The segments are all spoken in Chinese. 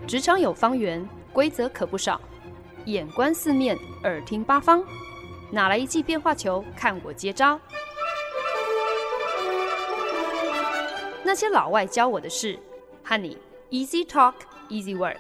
职场有方圆，规则可不少。眼观四面，耳听八方，哪来一记变化球？看我接招！那些老外教我的事，和你 Easy Talk Easy Work。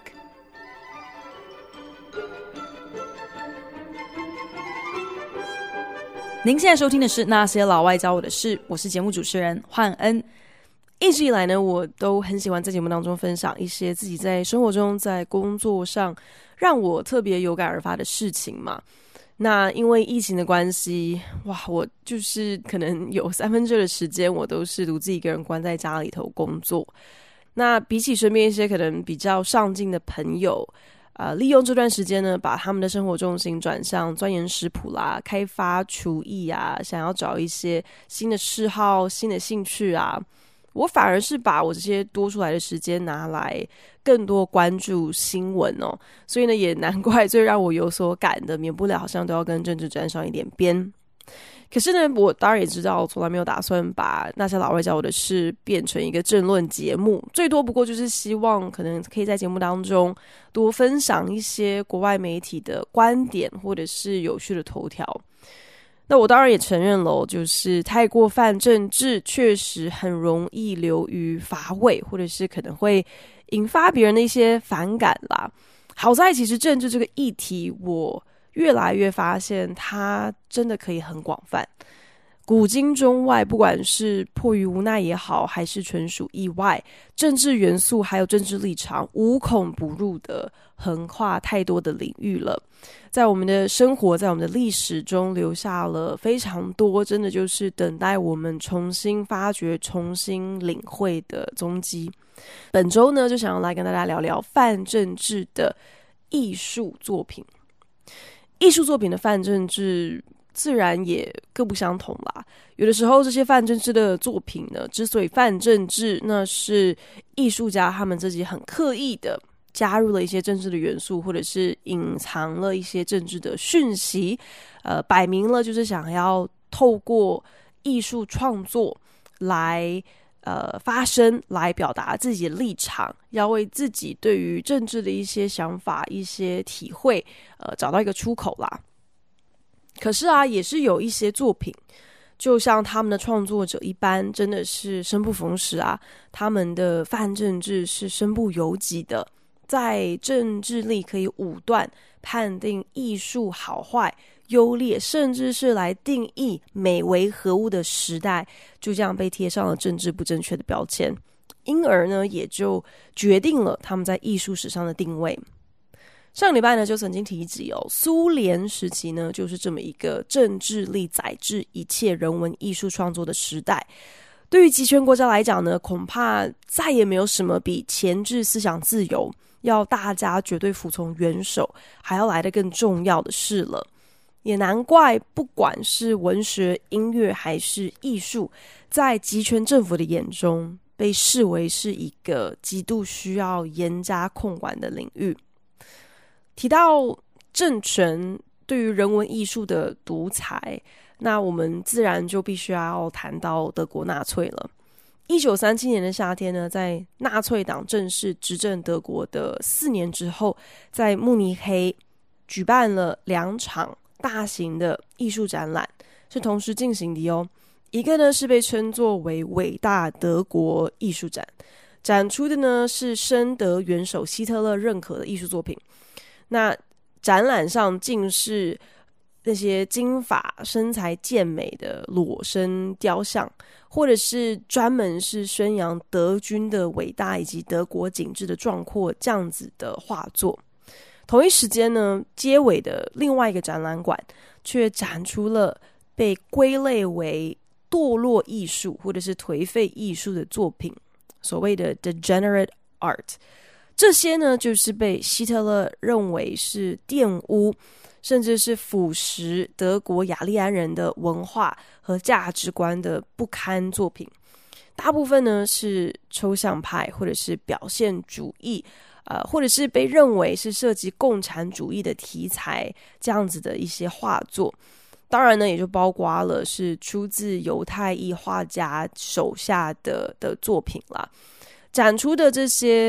您现在收听的是《那些老外教我的事》，我是节目主持人焕恩。一直以来呢，我都很喜欢在节目当中分享一些自己在生活中、在工作上让我特别有感而发的事情嘛。那因为疫情的关系，哇，我就是可能有2/3的时间，我都是独自一个人关在家里头工作。那比起身边一些可能比较上进的朋友，利用这段时间呢，把他们的生活重心转向钻研食谱啦、开发厨艺啊，想要找一些新的嗜好、新的兴趣啊。我反而是把我这些多出来的时间拿来更多关注新闻哦，所以呢，也难怪最让我有所感的，免不了好像都要跟政治沾上一点边。可是呢，我当然也知道，从来没有打算把那些老外教我的事变成一个政论节目，最多不过就是希望可能可以在节目当中多分享一些国外媒体的观点，或者是有趣的头条。那我当然也承认了，就是太过泛政治确实很容易流于乏味，或者是可能会引发别人的一些反感啦。好在其实政治这个议题，我越来越发现它真的可以很广泛，古今中外，不管是迫于无奈也好，还是纯属意外，政治元素还有政治立场无孔不入的横跨太多的领域了，在我们的生活，在我们的历史中留下了非常多真的就是等待我们重新发掘、重新领会的踪迹。本周呢，就想要来跟大家聊聊泛政治的艺术作品。艺术作品的泛政治自然也各不相同啦。有的时候这些泛政治的作品呢，之所以泛政治，那是艺术家他们自己很刻意的加入了一些政治的元素，或者是隐藏了一些政治的讯息，摆明了就是想要透过艺术创作来发声，来表达自己的立场，要为自己对于政治的一些想法、一些体会，找到一个出口啦。可是啊，也是有一些作品，就像他们的创作者一般，真的是生不逢时啊，他们的泛政治是身不由己的，在政治力可以武断判定艺术好坏、优劣，甚至是来定义美为何物的时代，就这样被贴上了政治不正确的标签，因而呢，也就决定了他们在艺术史上的定位。上礼拜呢，就曾经提及苏联时期呢，就是这么一个政治力宰制一切人文艺术创作的时代。对于集权国家来讲呢，恐怕再也没有什么比钳制思想自由，要大家绝对服从元首，还要来得更重要的事了。也难怪，不管是文学、音乐还是艺术，在集权政府的眼中，被视为是一个极度需要严加控管的领域。提到政权对于人文艺术的独裁，那我们自然就必须要谈到德国纳粹了。1937年的夏天呢，在纳粹党正式执政德国的4年之后，在慕尼黑举办了2场大型的艺术展览，是同时进行的哦。一个呢是被称作为伟大德国艺术展，展出的呢是深得元首希特勒认可的艺术作品。那展览上竟是那些金发身材健美的裸身雕像，或者是专门是宣扬德军的伟大以及德国景致的壮阔这样子的画作。同一时间呢，街尾的另外一个展览馆却展出了被归类为堕落艺术或者是颓废艺术的作品，所谓的 degenerate art。这些呢，就是被希特勒认为是玷污，甚至是腐蚀德国雅利安人的文化和价值观的不堪作品。大部分呢是抽象派，或者是表现主义，或者是被认为是涉及共产主义的题材这样子的一些画作。当然呢，也就包括了是出自犹太裔画家手下的作品啦。展出的这些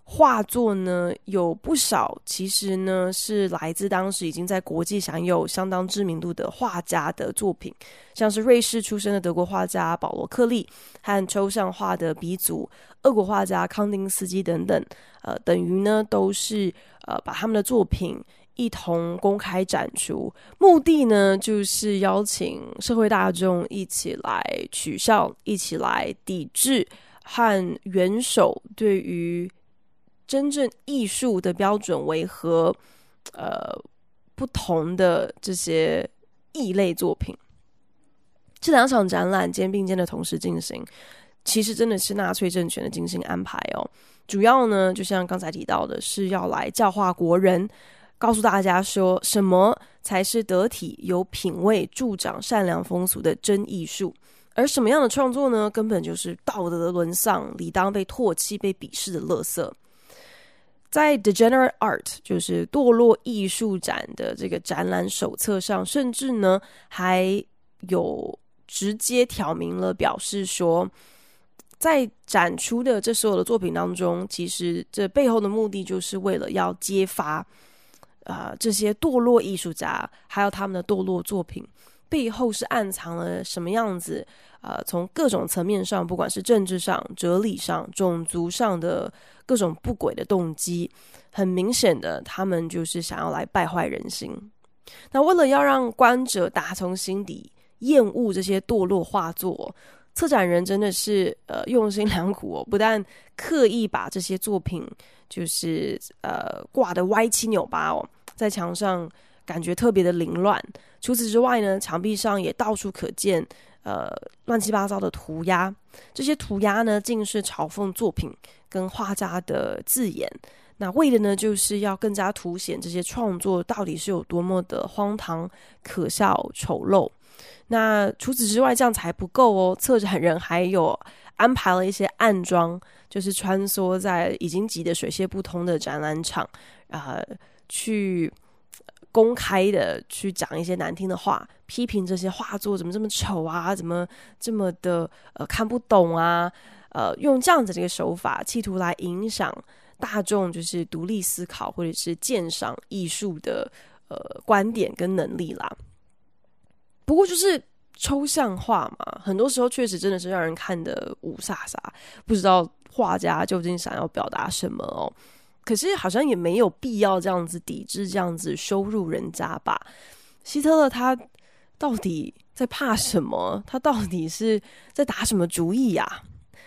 画作呢有不少其实呢是来自当时已经在国际享有相当知名度的画家的作品，像是瑞士出生的德国画家保罗克利和抽象画的鼻祖俄国画家康定斯基等等，等于呢都是把他们的作品一同公开展出，目的呢就是邀请社会大众一起来取笑，一起来抵制和元首对于真正艺术的标准为何不同的这些异类作品。这两场展览肩并肩的同时进行，其实真的是纳粹政权的精心安排哦。主要呢就像刚才提到的，是要来教化国人，告诉大家说什么才是得体、有品味、助长善良风俗的真艺术，而什么样的创作呢，根本就是道德的沦丧，理当被唾弃、被鄙视的垃圾。在 Degenerate Art 就是堕落艺术展的这个展览手册上，甚至呢还有直接挑明了表示说，在展出的这所有的作品当中，其实这背后的目的就是为了要揭发这些堕落艺术家还有他们的堕落作品背后是暗藏了什么样子从各种层面上，不管是政治上、哲理上、种族上的各种不轨的动机，很明显的他们就是想要来败坏人心。那为了要让观者打从心底厌恶这些堕落画作，策展人真的是用心良苦哦，不但刻意把这些作品就是挂得歪七扭八哦，在墙上感觉特别的凌乱。除此之外呢，墙壁上也到处可见乱七八糟的涂鸦，这些涂鸦呢尽是嘲讽作品跟画家的字眼，那为的呢就是要更加凸显这些创作到底是有多么的荒唐、可笑、丑陋。那除此之外这样才不够哦，策展人还有安排了一些暗装，就是穿梭在已经挤得水泄不通的展览场去公开的去讲一些难听的话，批评这些画作怎么这么丑啊，怎么这么的看不懂啊，用这样子的一个手法，企图来影响大众就是独立思考或者是鉴赏艺术的观点跟能力啦。不过就是抽象画嘛，很多时候确实真的是让人看得雾煞煞，不知道画家究竟想要表达什么哦。可是好像也没有必要这样子抵制，这样子羞辱人家吧。希特勒他到底在怕什么？他到底是在打什么主意啊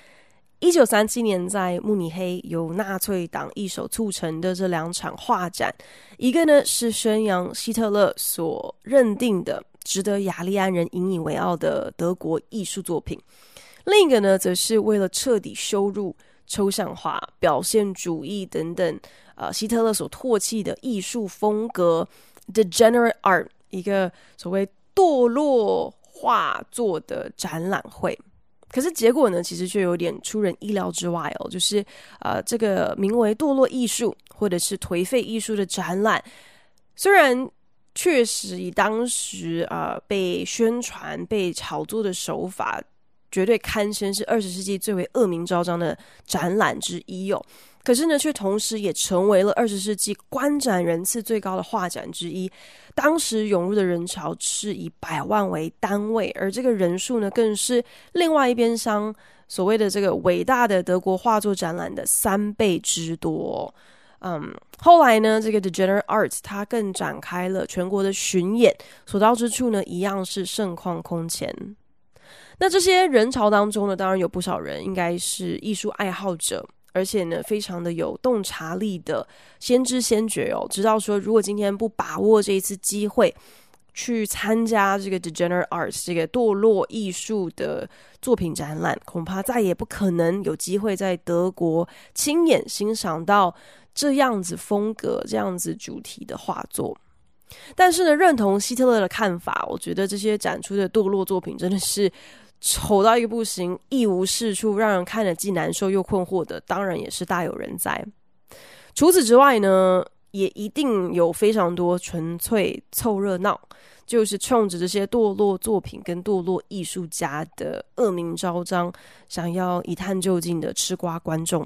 ？1937年在慕尼黑由纳粹党一手促成的这两场画展，一个呢是宣扬希特勒所认定的值得雅利安人引以为傲的德国艺术作品，另一个呢则是为了彻底羞辱抽象画、表现主义等等希特勒所唾弃的艺术风格 Degenerate Art， 一个所谓堕落画作的展览会。可是结果呢其实却有点出人意料之外哦，就是这个名为堕落艺术或者是颓废艺术的展览，虽然确实以当时被宣传被炒作的手法绝对堪称是20世纪最为恶名昭彰的展览之一哦。可是呢，却同时也成为了20世纪观展人次最高的画展之一。当时涌入的人潮是以100万为单位，而这个人数呢，更是另外一边厢所谓的这个伟大的德国画作展览的3倍之多哦。后来呢，这个 Degenerate Art 它更展开了全国的巡演，所到之处呢，一样是盛况空前。那这些人潮当中呢，当然有不少人应该是艺术爱好者，而且呢非常的有洞察力的先知先觉哦，知道说如果今天不把握这一次机会去参加这个 Degenerate Arts 这个堕落艺术的作品展览，恐怕再也不可能有机会在德国亲眼欣赏到这样子风格这样子主题的画作。但是呢，认同希特勒的看法，我觉得这些展出的堕落作品真的是丑到一个不行，一无是处，让人看了既难受又困惑的，当然也是大有人在。除此之外呢，也一定有非常多纯粹凑热闹，就是冲着这些堕落作品跟堕落艺术家的恶名昭彰，想要一探究竟的吃瓜观众啦。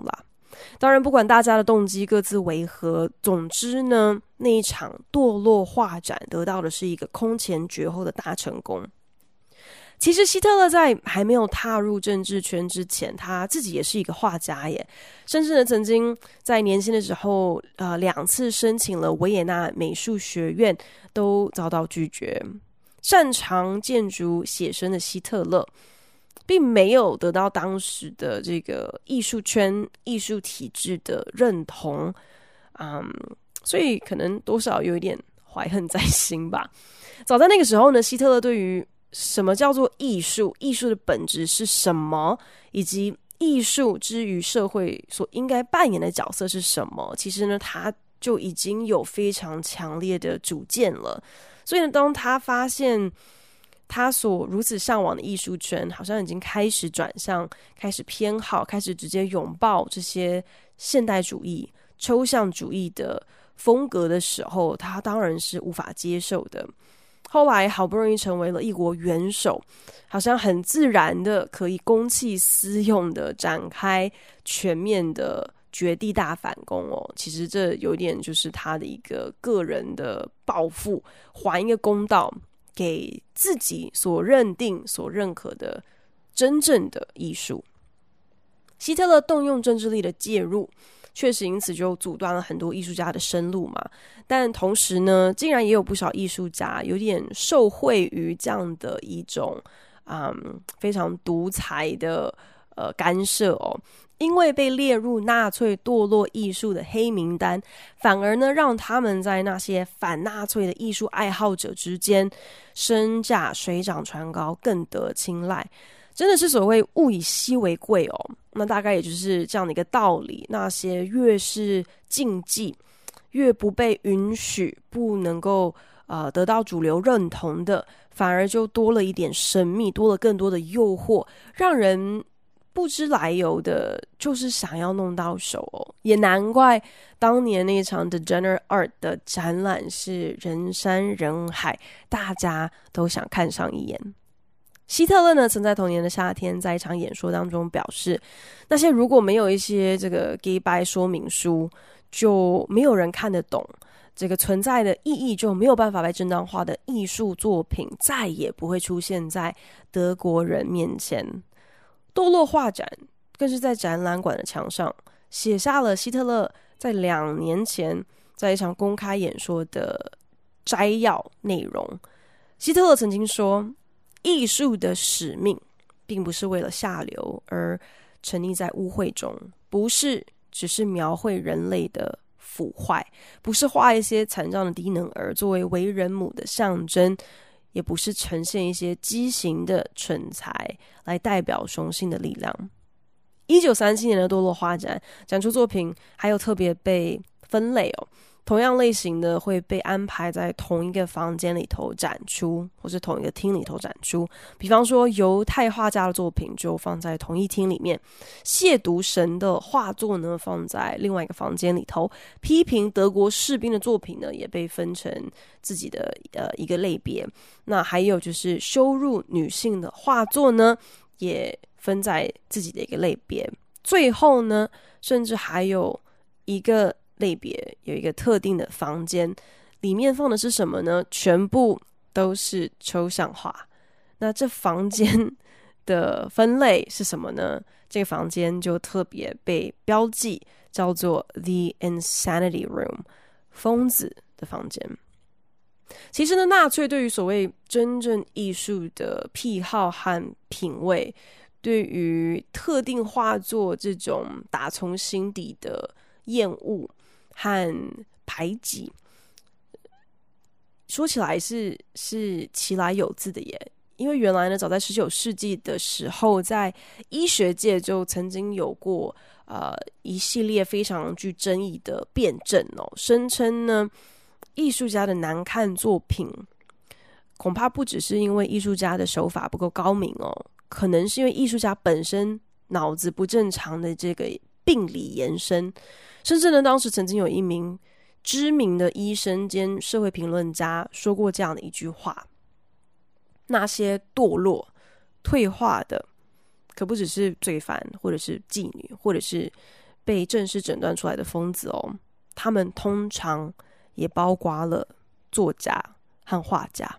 当然不管大家的动机各自为何，总之呢，那一场堕落画展得到的是一个空前绝后的大成功。其实希特勒在还没有踏入政治圈之前，他自己也是一个画家耶，甚至呢曾经在年轻的时候2次申请了维也纳美术学院都遭到拒绝。擅长建筑写生的希特勒并没有得到当时的这个艺术圈艺术体制的认同，所以可能多少有一点怀恨在心吧。早在那个时候呢，希特勒对于什么叫做艺术，艺术的本质是什么，以及艺术之于社会所应该扮演的角色是什么，其实呢他就已经有非常强烈的主见了。所以呢，当他发现他所如此向往的艺术圈好像已经开始转向，开始偏好，开始直接拥抱这些现代主义抽象主义的风格的时候，他当然是无法接受的。后来好不容易成为了一国元首，好像很自然的可以公器私用的展开全面的绝地大反攻哦。其实这有点就是他的一个个人的抱负，还一个公道给自己所认定所认可的真正的艺术。希特勒动用政治力的介入，确实因此就阻断了很多艺术家的生路嘛。但同时呢，竟然也有不少艺术家有点受惠于这样的一种非常独裁的干涉哦。因为被列入纳粹堕落艺术的黑名单，反而呢让他们在那些反纳粹的艺术爱好者之间身价水涨船高，更得青睐。真的是所谓物以稀为贵哦，那大概也就是这样的一个道理。那些越是禁忌，越不被允许，不能够得到主流认同的，反而就多了一点神秘，多了更多的诱惑，让人不知来由的就是想要弄到手哦。也难怪当年那场 Degenerate Art 的展览是人山人海，大家都想看上一眼。希特勒呢，曾在同年的夏天，在一场演说当中表示，那些如果没有一些这个 gay bye 说明书，就没有人看得懂，这个存在的意义就没有办法被正当化的艺术作品，再也不会出现在德国人面前。堕落画展更是在展览馆的墙上写下了希特勒在2年前在一场公开演说的摘要内容。希特勒曾经说，艺术的使命并不是为了下流而沉溺在污秽中，不是只是描绘人类的腐坏，不是画一些残障的低能儿作为为人母的象征，也不是呈现一些畸形的蠢材来代表雄性的力量。1937年的堕落画展展出作品还有特别被分类哦，同样类型的会被安排在同一个房间里头展出，或是同一个厅里头展出。比方说犹太画家的作品就放在同一厅里面，亵渎神的画作呢放在另外一个房间里头，批评德国士兵的作品呢也被分成自己的一个类别。那还有就是羞辱女性的画作呢也分在自己的一个类别。最后呢，甚至还有一个类别，有一个特定的房间，里面放的是什么呢？全部都是抽象画。那这房间的分类是什么呢？这个房间就特别被标记叫做 The Insanity Room， 疯子的房间。其实呢，纳粹对于所谓真正艺术的癖好和品味，对于特定画作这种打从心底的厌恶和排挤，说起来是其来有自的耶。因为原来呢，早在19世纪的时候，在医学界就曾经有过一系列非常具争议的辩证哦，声称呢，艺术家的难看作品恐怕不只是因为艺术家的手法不够高明哦，可能是因为艺术家本身脑子不正常的这个病理延伸。甚至呢，当时曾经有一名知名的医生兼社会评论家说过这样的一句话：那些堕落退化的可不只是罪犯，或者是妓女，或者是被正式诊断出来的疯子哦，他们通常也包括了作家和画家。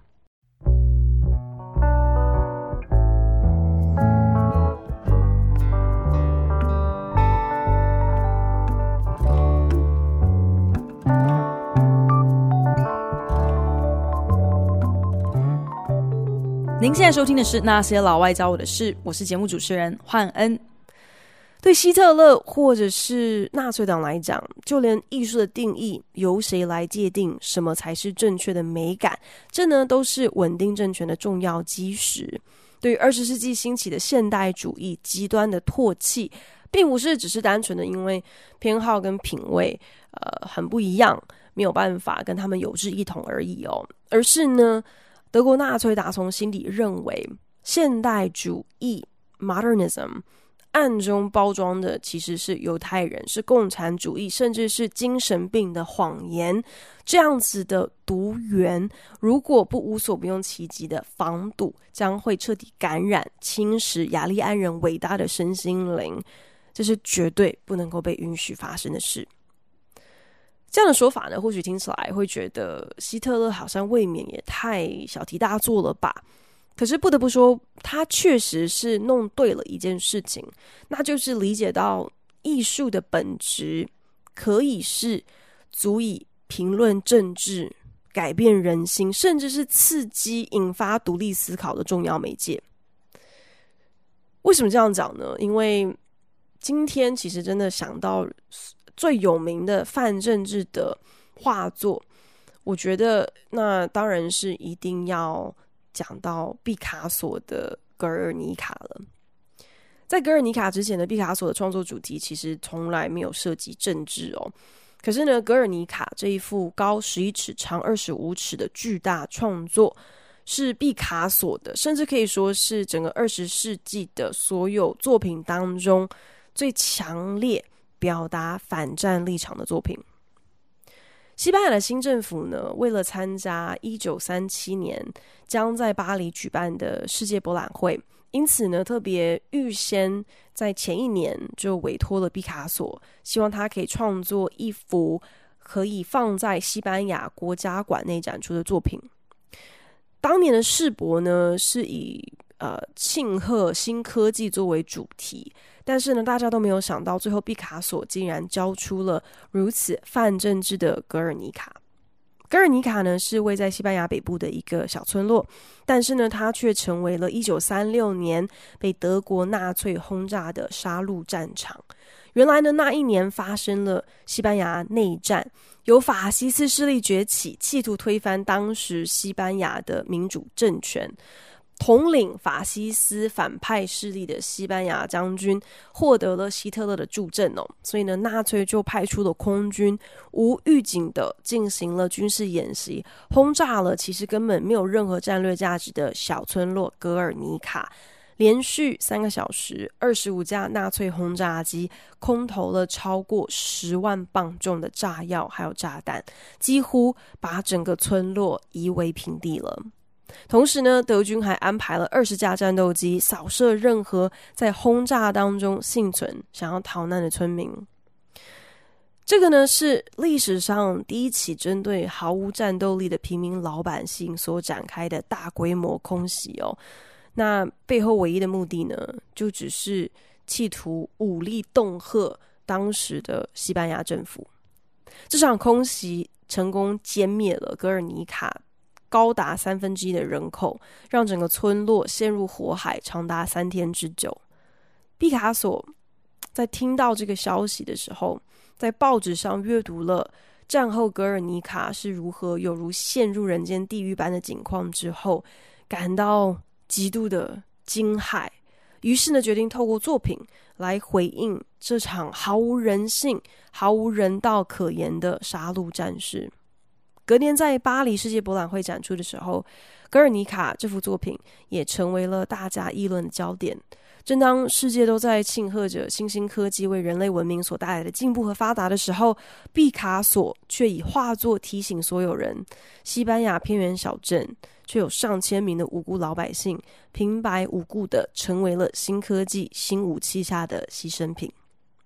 您现在收听的是那些老外教我的事，我是节目主持人焕恩。对希特勒或者是纳粹党来讲，就连艺术的定义由谁来界定什么才是正确的美感，这呢都是稳定政权的重要基石。对于20世纪兴起的现代主义极端的唾弃，并不是只是单纯的因为偏好跟品味很不一样，没有办法跟他们有志一同而已哦，而是呢德国纳粹打从心底认为现代主义 modernism 暗中包装的其实是犹太人，是共产主义，甚至是精神病的谎言。这样子的毒源如果不无所不用其极的防堵，将会彻底感染侵蚀雅利安人伟大的身心灵，这是绝对不能够被允许发生的事。这样的说法呢，或许听起来会觉得希特勒好像未免也太小题大做了吧。可是不得不说，他确实是弄对了一件事情，那就是理解到艺术的本质可以是足以评论政治、改变人心，甚至是刺激引发独立思考的重要媒介。为什么这样讲呢？因为今天其实真的想到最有名的泛政治的画作，我觉得那当然是一定要讲到毕卡索的格尔尼卡了。在格尔尼卡之前的毕卡索的创作主题其实从来没有涉及政治哦。可是呢，格尔尼卡这一幅高11尺、长25尺的巨大创作是毕卡索的，甚至可以说是整个20世纪的所有作品当中最强烈表达反战立场的作品。西班牙的新政府呢，为了参加1937年将在巴黎举办的世界博览会，因此呢，特别预先在前一年就委托了毕卡索，希望他可以创作一幅可以放在西班牙国家馆内展出的作品。当年的世博呢，是以庆贺新科技作为主题，但是呢，大家都没有想到，最后毕卡索竟然交出了如此泛政治的格尔尼卡。格尔尼卡呢，是位在西班牙北部的一个小村落，但是呢，它却成为了1936年被德国纳粹轰炸的杀戮战场。原来呢，那一年发生了西班牙内战，有法西斯势力崛起，企图推翻当时西班牙的民主政权。统领法西斯反派势力的西班牙将军获得了希特勒的助阵哦，所以呢，纳粹就派出了空军，无预警的进行了军事演习，轰炸了其实根本没有任何战略价值的小村落格尔尼卡。连续3个小时，25架纳粹轰炸机空投了超过10万磅重的炸药还有炸弹，几乎把整个村落夷为平地了。同时呢，德军还安排了20架战斗机扫射任何在轰炸当中幸存想要逃难的村民。这个呢，是历史上第一起针对毫无战斗力的平民老百姓所展开的大规模空袭哦。那背后唯一的目的呢，就只是企图武力恫吓当时的西班牙政府。这场空袭成功歼灭了格尔尼卡高达1/3的人口，让整个村落陷入火海长达3天之久。毕卡索在听到这个消息的时候，在报纸上阅读了战后格尔尼卡是如何有如陷入人间地狱般的境况之后，感到极度的惊骇，于是呢，决定透过作品来回应这场毫无人性、毫无人道可言的杀戮战事。隔年在巴黎世界博览会展出的时候，格尔尼卡这幅作品也成为了大家议论的焦点。正当世界都在庆贺着新兴科技为人类文明所带来的进步和发达的时候，毕卡索却以画作提醒所有人，西班牙偏远小镇却有上千名的无辜老百姓平白无故的成为了新科技新武器下的牺牲品。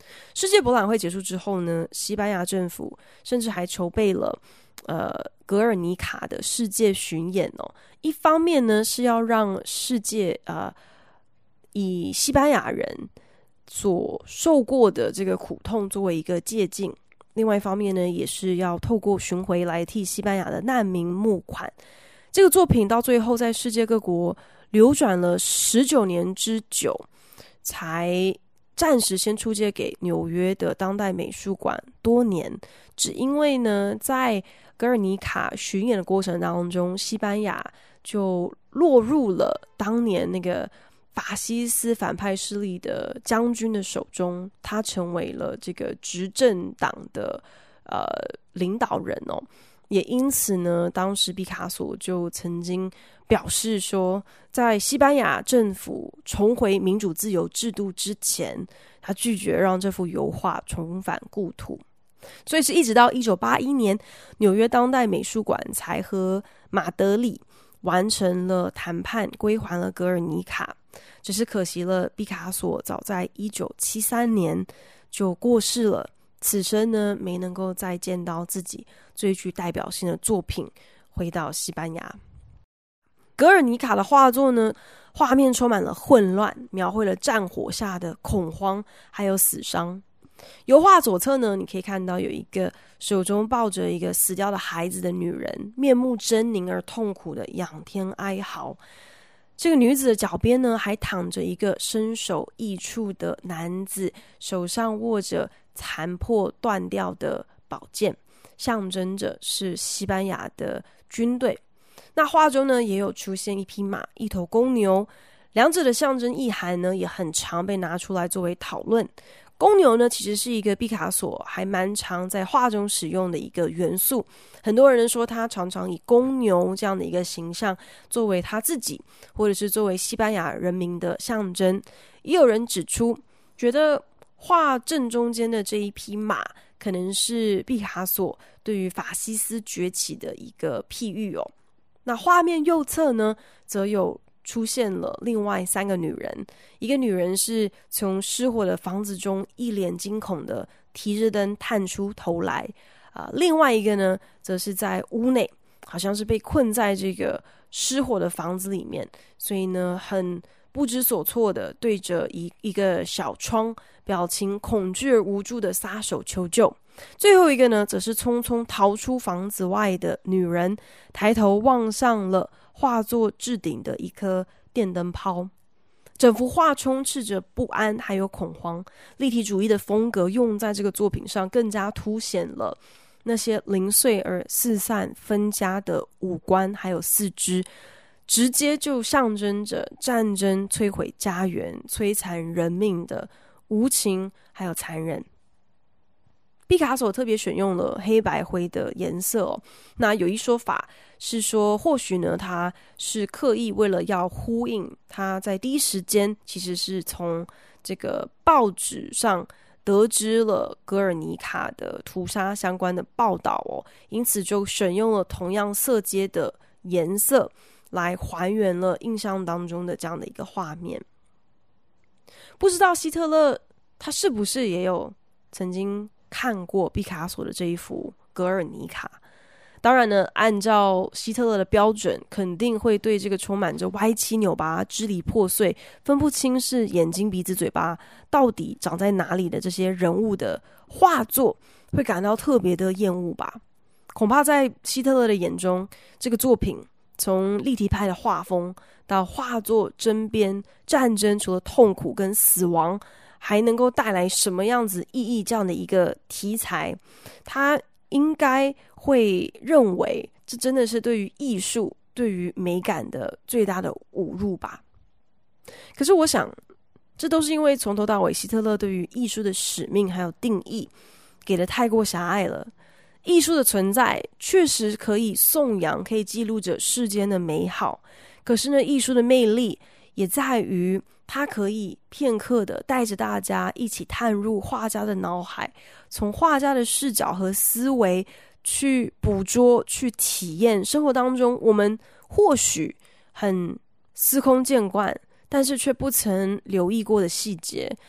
世界博览会结束之后呢，西班牙政府甚至还筹备了格尔尼卡的世界巡演哦。一方面呢是要让世界以西班牙人所受过的这个苦痛作为一个借鉴，另外一方面呢也是要透过巡回来替西班牙的难民募款。这个作品到最后在世界各国流转了19年之久，才暂时先出借给纽约的当代美术馆多年，只因为呢在格尔尼卡巡演的过程当中，西班牙就落入了当年那个法西斯反派势力的将军的手中，他成为了这个执政党的领导人哦。也因此呢，当时毕卡索就曾经表示说，在西班牙政府重回民主自由制度之前，他拒绝让这幅油画重返故土。所以是一直到1981年，纽约当代美术馆才和马德里完成了谈判，归还了格尔尼卡。只是可惜了，毕卡索早在1973年就过世了，此生呢没能够再见到自己最具代表性的作品回到西班牙。格尔尼卡的画作呢，画面充满了混乱，描绘了战火下的恐慌还有死伤。油画左侧呢，你可以看到有一个手中抱着一个死掉的孩子的女人，面目狰狞而痛苦的仰天哀嚎。这个女子的脚边呢，还躺着一个身首异处的男子，手上握着残破断掉的宝剑，象征着是西班牙的军队。那画中呢，也有出现一匹马、一头公牛，两者的象征意涵呢，也很常被拿出来作为讨论。公牛呢，其实是一个毕卡索还蛮常在画中使用的一个元素，很多人说他常常以公牛这样的一个形象作为他自己，或者是作为西班牙人民的象征。也有人指出，觉得画正中间的这一匹马可能是毕卡索对于法西斯崛起的一个譬喻哦。那画面右侧呢，则有出现了另外3个女人，一个女人是从失火的房子中一脸惊恐的提着灯探出头来，另外一个呢，则是在屋内，好像是被困在这个失火的房子里面，所以呢，很不知所措的对着一个小窗，表情恐惧而无助的撒手求救。最后一个呢，则是匆匆逃出房子外的女人，抬头望上了画作置顶的一颗电灯泡。整幅画充斥着不安还有恐慌，立体主义的风格用在这个作品上，更加凸显了那些零碎而四散分家的五官还有四肢，直接就象征着战争摧毁家园、摧残人命的无情还有残忍。毕卡索特别选用了黑白灰的颜色哦。那有一说法是说，或许呢他是刻意为了要呼应他在第一时间其实是从这个报纸上得知了格尔尼卡的屠杀相关的报道哦，因此就选用了同样色阶的颜色来还原了印象当中的这样的一个画面。不知道希特勒他是不是也有曾经看过毕卡索的这一幅格尔尼卡？当然呢，按照希特勒的标准，肯定会对这个充满着歪七扭八、支离破碎、分不清是眼睛鼻子嘴巴到底长在哪里的这些人物的画作会感到特别的厌恶吧。恐怕在希特勒的眼中，这个作品从立体派的画风到画作争边战争，除了痛苦跟死亡，还能够带来什么样子意义，这样的一个题材，他应该会认为这真的是对于艺术、对于美感的最大的侮辱吧。可是我想，这都是因为从头到尾希特勒对于艺术的使命还有定义给的太过狭隘了。艺术的存在确实可以颂扬，可以记录着世间的美好，可是呢，艺术的魅力也在于它可以片刻的带着大家一起探入画家的脑海，从画家的视角和思维去捕捉、去体验生活当中我们或许很司空见惯，但是却不曾留意过的细节。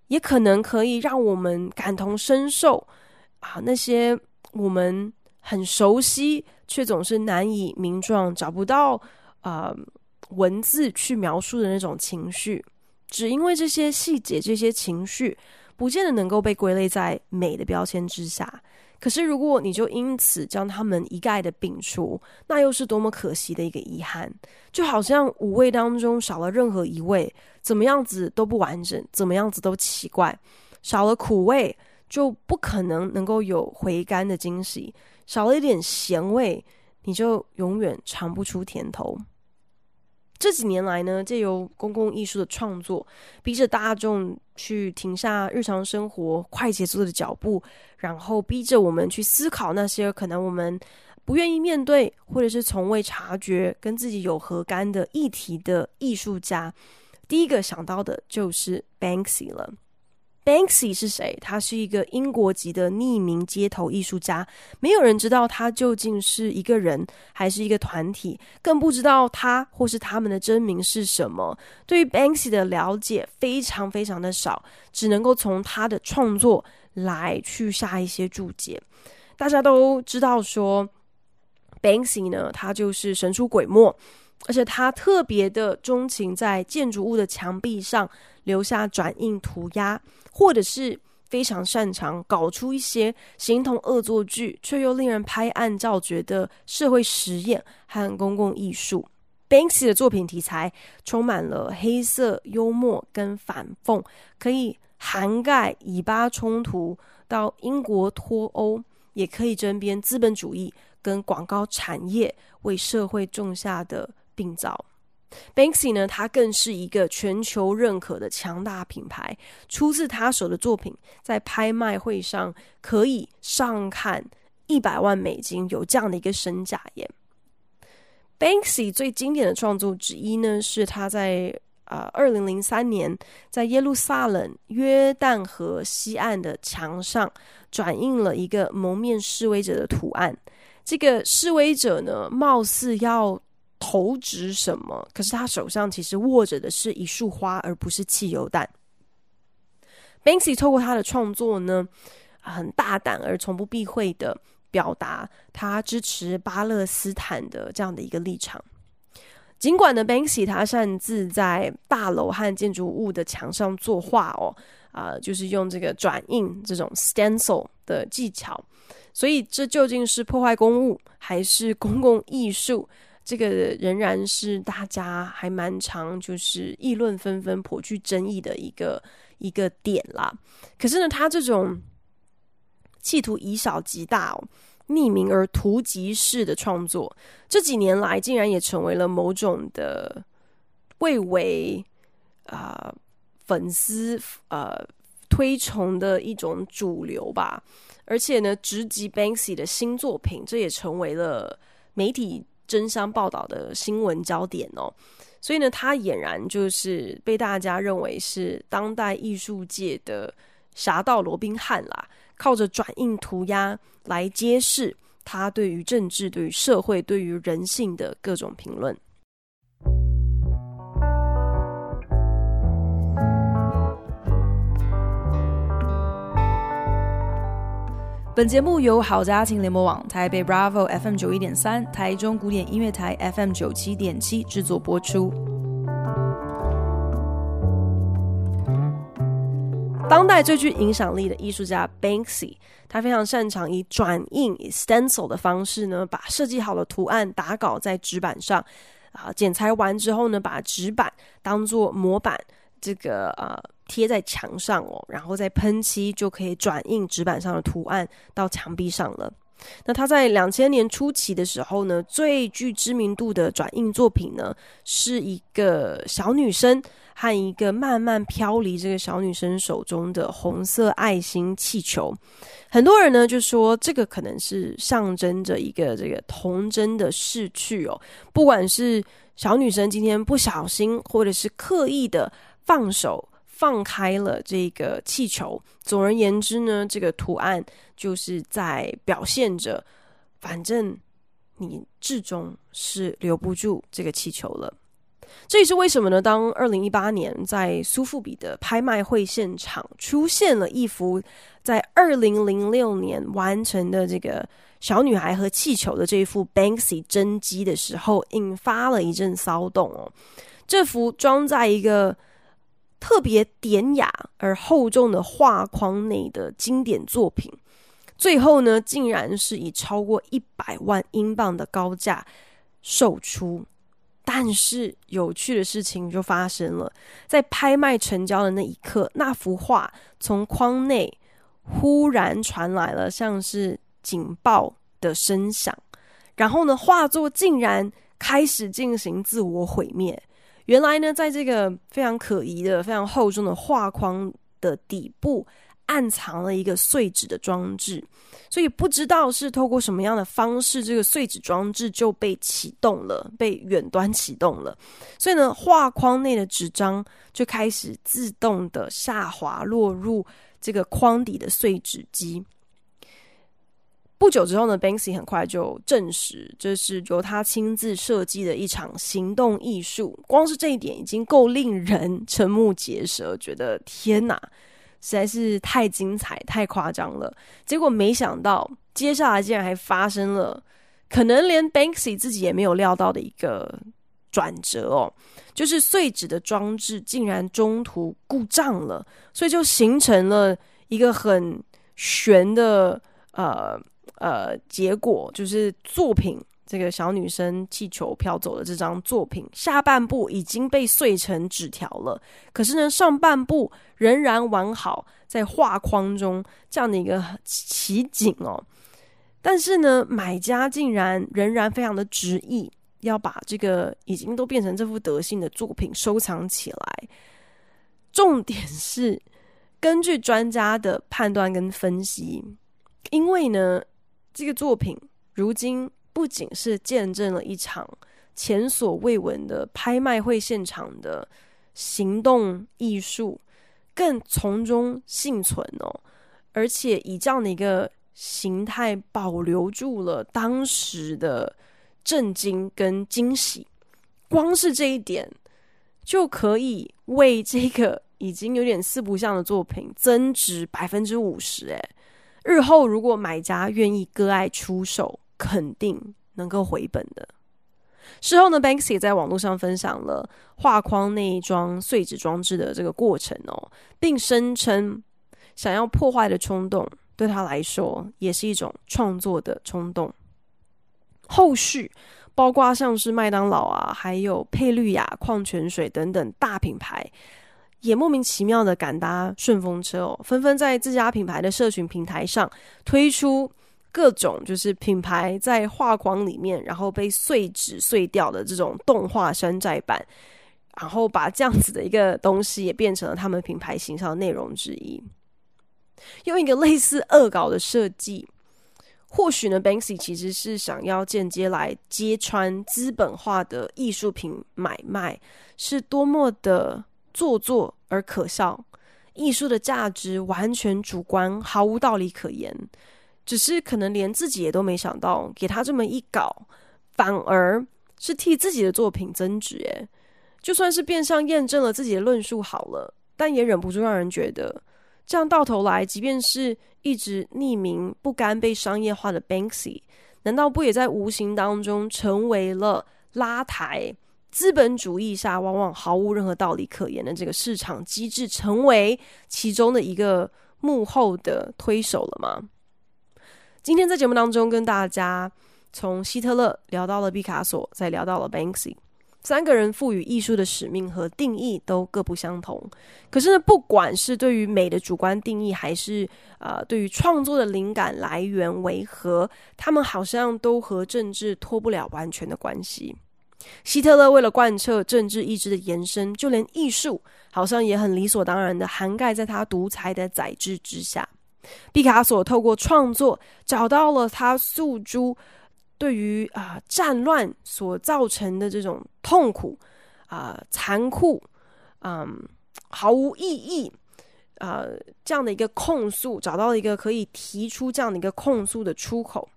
也可能可以让我们感同身受那些我们很熟悉却总是难以名状找不到文字去描述的那种情绪，只因为这些细节这些情绪不见得能够被归类在美的标签之下，可是如果你就因此将它们一概的摒除，那又是多么可惜的一个遗憾。就好像5味当中少了任何一味，怎么样子都不完整，怎么样子都奇怪。少了苦味就不可能够有回甘的惊喜，少了一点咸味你就永远尝不出甜头。这几年来呢，藉由公共艺术的创作，逼着大众去停下日常生活快节奏的脚步，然后逼着我们去思考那些可能我们不愿意面对或者是从未察觉跟自己有何干的议题的艺术家，第一个想到的就是 Banksy 了。Banksy 是谁？他是一个英国籍的匿名街头艺术家，没有人知道他究竟是一个人还是一个团体，更不知道他或是他们的真名是什么。对于 Banksy 的了解非常非常的少，只能够从他的创作来去下一些注解。大家都知道说 Banksy 呢，他就是神出鬼没，而且他特别的钟情在建筑物的墙壁上留下转印涂鸦，或者是非常擅长搞出一些形同恶作剧却又令人拍案叫绝的社会实验和公共艺术。 Banksy 的作品题材充满了黑色幽默跟反讽，可以涵盖以巴冲突到英国脱欧，也可以针砭资本主义跟广告产业为社会种下的病灶。Banksy 呢，他更是一个全球认可的强大品牌，出自他手的作品在拍卖会上可以上看$100万，有这样的一个身价耶。Banksy 最经典的创作之一呢，是他在2003年在耶路撒冷约旦河西岸的墙上转印了一个蒙面示威者的图案。这个示威者呢，貌似要投掷什么，可是他手上其实握着的是一束花，而不是汽油弹。Banksy 透过他的创作呢，很大胆而从不避讳的表达他支持巴勒斯坦的这样的一个立场。尽管呢 Banksy 他擅自在大楼和建筑物的墙上作画就是用这个转印这种 stencil 的技巧，所以这究竟是破坏公物还是公共艺术，这个仍然是大家还蛮常就是议论纷纷颇具争议的一个点啦。可是呢，他这种企图以小及大匿名而突击式的创作，这几年来竟然也成为了某种的蔚为粉丝推崇的一种主流吧。而且呢，直击 Banksy 的新作品，这也成为了媒体争相报道的新闻焦点所以呢，他俨然就是被大家认为是当代艺术界的侠盗罗宾汉啦，靠着转印涂鸦来揭示他对于政治、对于社会、对于人性的各种评论。本节目由好家庭联播网、台北 Bravo FM 91.3、台中古典音乐台 FM 97.7制作播出。当代最具影响力的艺术家 Banksy， 他非常擅长以转印以 stencil 的方式呢，把设计好的图案打稿在纸板上，剪裁完之后呢，把纸板当作模板，这个贴在墙上然后再喷漆，就可以转印纸板上的图案到墙壁上了。那他在2000年初期的时候呢，最具知名度的转印作品呢，是一个小女生和一个慢慢飘离这个小女生手中的红色爱心气球。很多人呢就说这个可能是象征着一个这个童真的逝去不管是小女生今天不小心或者是刻意的放开了这个气球，总而言之呢，这个图案就是在表现着反正你至终是留不住这个气球了。 这也是为什么呢？当2018年在苏富比的拍卖会现场出现了一幅在2006年完成的这个小女孩和气球的这一幅 Banksy 真迹的时候，引发了一阵骚动哦。这幅装在一个特别典雅而厚重的画框内的经典作品，最后呢，竟然是以超过100万英镑的高价售出。但是有趣的事情就发生了，在拍卖成交的那一刻，那幅画从框内忽然传来了像是警报的声响，然后呢，画作竟然开始进行自我毁灭。原来呢，在这个非常可疑的、非常厚重的画框的底部暗藏了一个碎纸的装置，所以不知道是透过什么样的方式，这个碎纸装置就被启动了，被远端启动了。所以呢，画框内的纸张就开始自动的下滑，落入这个框底的碎纸机。不久之后呢 ，Banksy 很快就证实，这是由他亲自设计的一场行动艺术。光是这一点已经够令人瞠目结舌，觉得天哪！实在是太精彩、太夸张了。结果没想到，接下来竟然还发生了可能连 Banksy 自己也没有料到的一个转折哦，就是碎纸的装置竟然中途故障了，所以就形成了一个很悬的结果，就是作品。这个小女生气球飘走的这张作品，下半部已经被碎成纸条了，可是呢，上半部仍然完好在画框中，这样的一个奇景哦。但是呢，买家竟然仍然非常的执意，要把这个已经都变成这副德性的作品收藏起来。重点是，根据专家的判断跟分析，因为呢，这个作品如今不仅是见证了一场前所未闻的拍卖会现场的行动艺术，更从中幸存哦，而且以这样的一个形态保留住了当时的震惊跟惊喜。光是这一点就可以为这个已经有点四不像的作品增值 50%耶。日后如果买家愿意割爱出手，肯定能够回本的。事后呢 Banksy 在网络上分享了画框内装碎纸装置的这个过程哦，并声称想要破坏的冲动对他来说也是一种创作的冲动。后续包括像是麦当劳啊，还有沛绿雅矿泉水等等大品牌，也莫名其妙的赶搭顺风车哦，纷纷在自家品牌的社群平台上推出各种就是品牌在画框里面，然后被碎纸碎掉的这种动画山寨版，然后把这样子的一个东西也变成了他们品牌形象的内容之一。用一个类似恶搞的设计，或许呢 Banksy 其实是想要间接来揭穿资本化的艺术品买卖是多么的做作而可笑，艺术的价值完全主观，毫无道理可言。只是可能连自己也都没想到，给他这么一搞，反而是替自己的作品增值耶。就算是变相验证了自己的论述好了，但也忍不住让人觉得，这样到头来，即便是一直匿名不甘被商业化的 Banksy， 难道不也在无形当中成为了拉抬资本主义下往往毫无任何道理可言的这个市场机制，成为其中的一个幕后的推手了吗？今天在节目当中跟大家从希特勒聊到了毕卡索，再聊到了 Banksy， 三个人赋予艺术的使命和定义都各不相同。可是呢，不管是对于美的主观定义，还是对于创作的灵感来源为何，他们好像都和政治脱不了完全的关系。希特勒为了贯彻政治意志的延伸，就连艺术好像也很理所当然的涵盖在他独裁的宰制之下。毕卡索透过创作找到了他诉诸对于战乱所造成的这种痛苦残酷毫无意义这样的一个控诉，找到了一个可以提出这样的一个控诉的出口。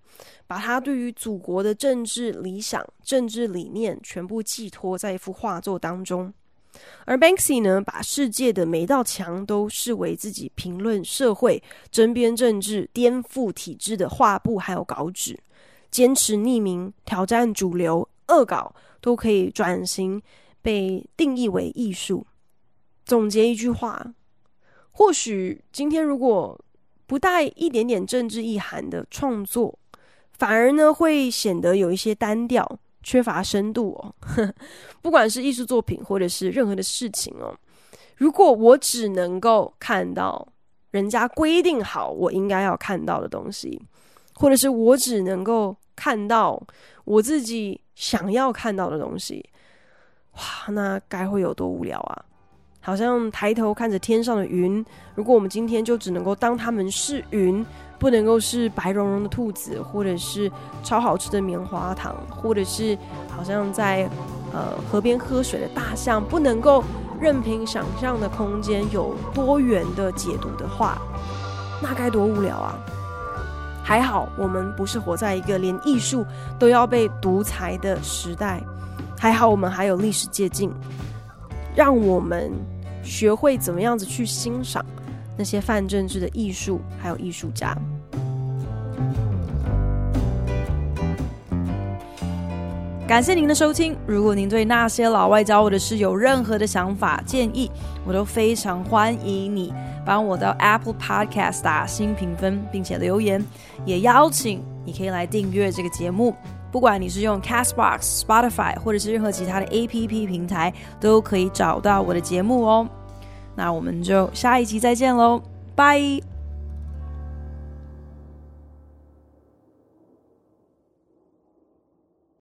把他对于祖国的政治理想、政治理念全部寄托在一幅画作当中。而 Banksy 呢，把世界的每一道墙都视为自己评论社会、争辩政治、颠覆体制的画布还有稿纸，坚持匿名、挑战主流、恶搞都可以转型被定义为艺术。总结一句话，或许今天如果不带一点点政治意涵的创作，反而呢会显得有一些单调，缺乏深度哦。不管是艺术作品或者是任何的事情哦，如果我只能够看到人家规定好我应该要看到的东西，或者是我只能够看到我自己想要看到的东西，哇，那该会有多无聊啊。好像抬头看着天上的云，如果我们今天就只能够当它们是云，不能够是白茸茸的兔子，或者是超好吃的棉花糖，或者是好像在河边喝水的大象，不能够任凭想象的空间有多元的解读的话，那该多无聊啊。还好我们不是活在一个连艺术都要被独裁的时代，还好我们还有历史借鉴，让我们学会怎么样子去欣赏那些泛政治的艺术还有艺术家。感谢您的收听，如果您对那些老外教我的事有任何的想法建议，我都非常欢迎你帮我到 Apple Podcast 打新评分并且留言，也邀请你可以来订阅这个节目，不管你是用 Castbox、Spotify 或者是任何其他的 APP 平台，都可以找到我的节目哦。那我们就下一集再见咯，拜。